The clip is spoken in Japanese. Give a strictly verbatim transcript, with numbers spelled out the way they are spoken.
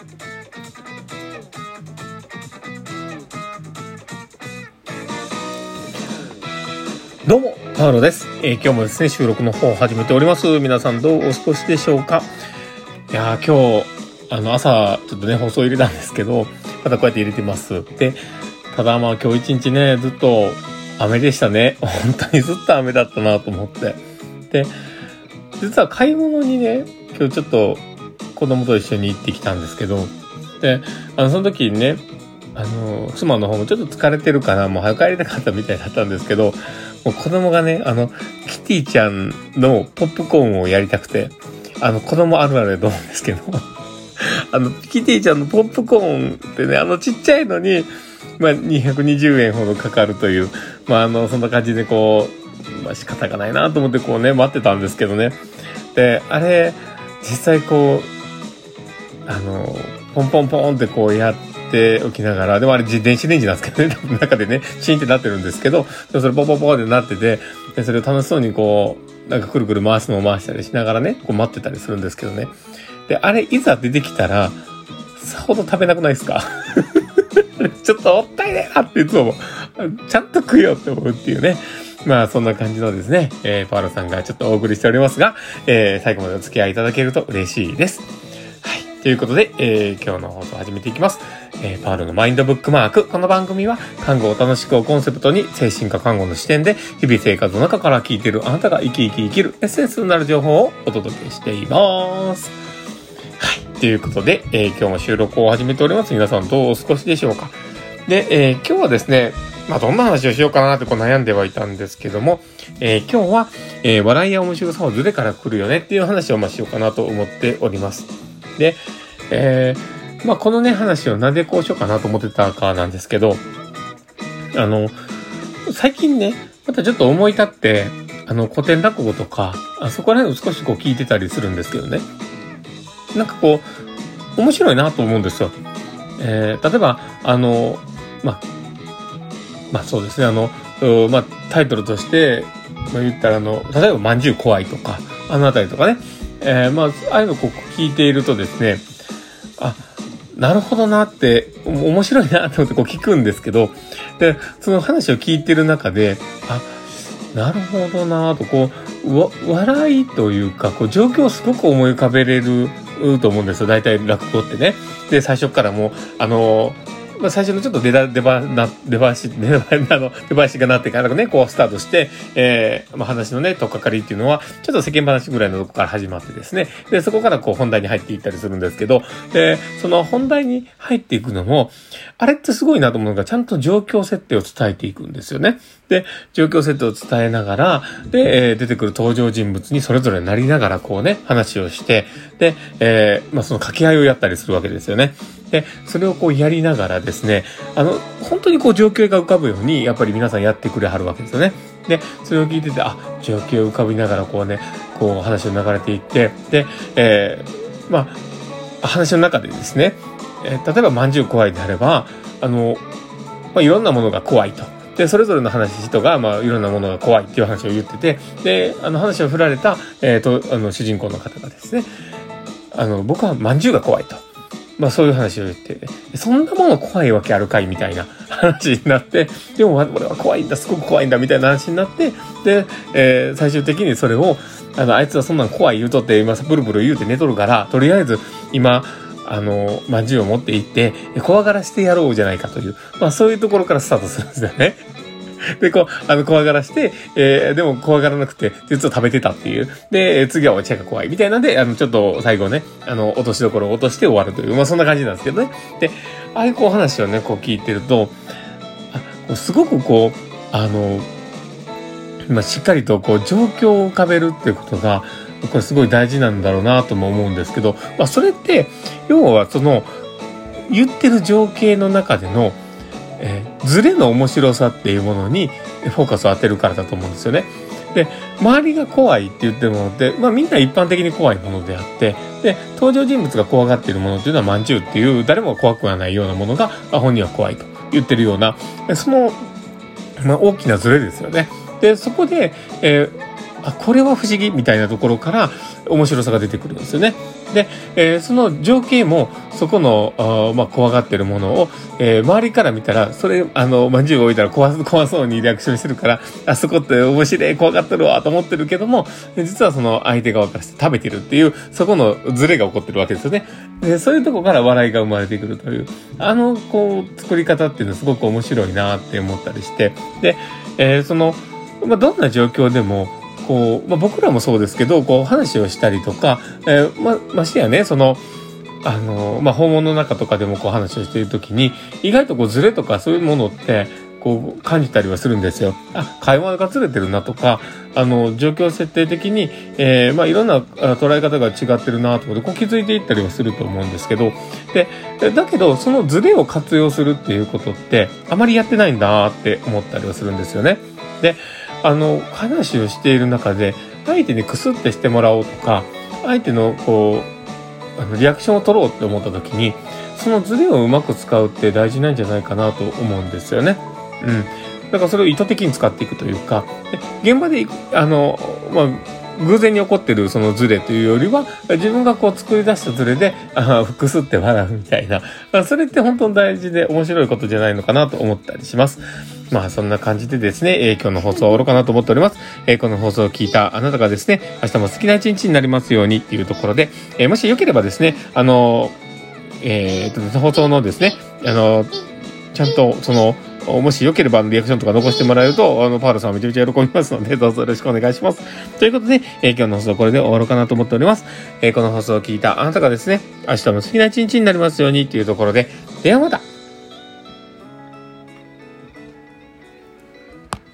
どうもパウロです、えー、今日もですね収録の方を始めております。皆さんどうお過ごしでしょうか。いやー今日あの朝ちょっとね放送入れたんですけど、またこうやって入れてます。でただまあ今日一日ねずっと雨でしたね。本当にずっと雨だったなと思って、で実は買い物にね今日ちょっと子供と一緒に行ってきたんですけど、であのその時にねあの妻の方もちょっと疲れてるからもう早く帰りたかったみたいだったんですけど、もう子供がねあのキティちゃんのポップコーンをやりたくて、あの子供あるあるだと思うんですけどあのキティちゃんのポップコーンってねあのちっちゃいのにまあにひゃくにじゅうえんほどかかるという、まああのそんな感じでこう、まあ、仕方がないなと思ってこうね待ってたんですけどね。であれ実際こうあのポンポンポンってこうやっておきながら、でもあれ電子レンジなんですけどね、中でねシーンってなってるんですけど、それポンポンポンってなってて、でそれを楽しそうにこうなんかくるくる回すのを回したりしながらねこう待ってたりするんですけどね。であれいざ出てきたらさほど食べなくないですかちょっともったいないなっていつもちゃんと食えよって思うっていうね。まあそんな感じのですね、えー、パウロさんがちょっとお送りしておりますが、えー、最後までお付き合いいただけると嬉しいです。はい、ということで、えー、今日の放送を始めていきます。えー、パウロのマインドブックマーク。この番組は看護を楽しくをコンセプトに精神科看護の視点で日々生活の中から聞いているあなたが生き生き生きるエッセンスになる情報をお届けしています。はい、ということで、えー、今日も収録を始めております。皆さんどうお過ごしでしょうか。で、えー、今日はですね、まあどんな話をしようかなってこう悩んではいたんですけども、えー、今日は、えー、笑いや面白さはズレから来るよねっていう話をまあしようかなと思っております。で、えー、まあこのね話をなんでこうしようかなと思ってたかなんですけど、あの最近ねまたちょっと思い立ってあの古典落語とかあそこら辺を少しこう聞いてたりするんですけどね、なんかこう面白いなと思うんですよ。えー、例えばあのまあまあそうですねあのまあタイトルとして、まあ、言ったらあの例えばまんじゅう怖いとかあのあたりとかね、えー、まあああいうのをこう聞いているとですね、あなるほどなって面白いなと思ってこう聞くんですけど、でその話を聞いてる中であなるほどなとこうわ笑いというかこう状況をすごく思い浮かべれると思うんですよ。大体落語ってね。で最初からもうあのまあ、最初のちょっと出だ出ばな出ばし出ばあの出ばしがなってからねこうスタートして、えー、まあ話のねとっかかりっていうのはちょっと世間話ぐらいのとこから始まってですね、でそこからこう本題に入っていったりするんですけど、でその本題に入っていくのもあれってすごいなと思うのがちゃんと状況設定を伝えていくんですよね。で状況設定を伝えながらで、えー、出てくる登場人物にそれぞれなりながらこうね話をしてで、えー、まあその掛け合いをやったりするわけですよね。でそれをこうやりながらですね、あの本当にこう状況が浮かぶようにやっぱり皆さんやってくれはるわけですよね。でそれを聞いててあ状況を浮かびながらこうねこう話を流れていってで、えー、まあ話の中でですね、えー、例えばまんじゅう怖いであればあの、まあ、いろんなものが怖いと。でそれぞれの話人がまあいろんなものが怖いっていう話を言ってて、であの話を振られた、えー、とあの主人公の方がですね、あの僕はまんじゅうが怖いと。まあそういう話を言って、そんなもの怖いわけあるかいみたいな話になって、でも俺は怖いんだ、すごく怖いんだみたいな話になって、で、えー、最終的にそれを、あの、あいつはそんなの怖い言うとって、今ブルブル言うて寝とるから、とりあえず今、あの、まんじゅうを持って行って、怖がらしてやろうじゃないかという、まあそういうところからスタートするんですよね。で、こう、あの、怖がらして、えー、でも怖がらなくて、実は食べてたっていう。で、次はお茶が怖い。みたいなんで、あの、ちょっと最後ね、あの、落としどころを落として終わるという、まあそんな感じなんですけどね。で、ああいうこう話をね、こう聞いてると、あこうすごくこう、あの、まあしっかりとこう、状況を浮かべるっていうことが、これすごい大事なんだろうなとも思うんですけど、まあそれって、要はその、言ってる情景の中での、えー、ズレの面白さっていうものにフォーカスを当てるからだと思うんですよね。で、周りが怖いって言ってるものって、まあみんな一般的に怖いものであって、で、登場人物が怖がっているものっていうのはまんじゅうっていう誰も怖くはないようなものが本人は怖いと言ってるような、その、まあ、大きなズレですよね。で、そこで、えー、あ、これは不思議みたいなところから面白さが出てくるんですよね。 で、えー、その情景も、そこの、あまあ、怖がってるものを、えー、周りから見たら、それ、あの、まんじゅうを置いたら怖、怖そうにリアクションしてるから、あそこって面白い、怖がってるわ、と思ってるけども、実はその相手側からして食べてるっていう、そこのズレが起こってるわけですよね。で、そういうとこから笑いが生まれてくるという、あの、こう、作り方っていうのはすごく面白いなって思ったりして、で、えー、その、まあ、どんな状況でも、こう、まあ、僕らもそうですけど、こう、話をしたりとか、えー、ま、ましてやね、その、あの、まあ、訪問の中とかでもこう話をしているときに、意外とこうズレとかそういうものって、こう感じたりはするんですよ。あ、会話がずれてるなとか、あの、状況設定的に、えー、まあ、いろんな捉え方が違ってるなとかで、こう気づいていったりはすると思うんですけど、で、だけど、そのズレを活用するっていうことって、あまりやってないんだって思ったりはするんですよね。で、あの、話をしている中で、相手にクスってしてもらおうとか、相手のこう、あのリアクションを取ろうって思った時に、そのズレをうまく使うって大事なんじゃないかなと思うんですよね。うん。だからそれを意図的に使っていくというか、で現場で、あの、まあ、偶然に起こってるそのズレというよりは、自分がこう作り出したズレで、あ複数って笑うみたいな。それって本当に大事で面白いことじゃないのかなと思ったりします。まあそんな感じでですね、えー、今日の放送は終わろうかなと思っております。えー、この放送を聞いたあなたがですね、明日も好きな一日になりますようにっていうところで、えー、もしよければですね、あのー、えー、と、放送のですね、あのー、ちゃんとその、もしよければリアクションとか残してもらえると、あの、パールさんはめちゃめちゃ喜びますので、どうぞよろしくお願いします。ということで、えー、今日の放送はこれで終わろうかなと思っております。えー、この放送を聞いたあなたがですね、明日も好きな一日になりますようにっていうところで、ではまた。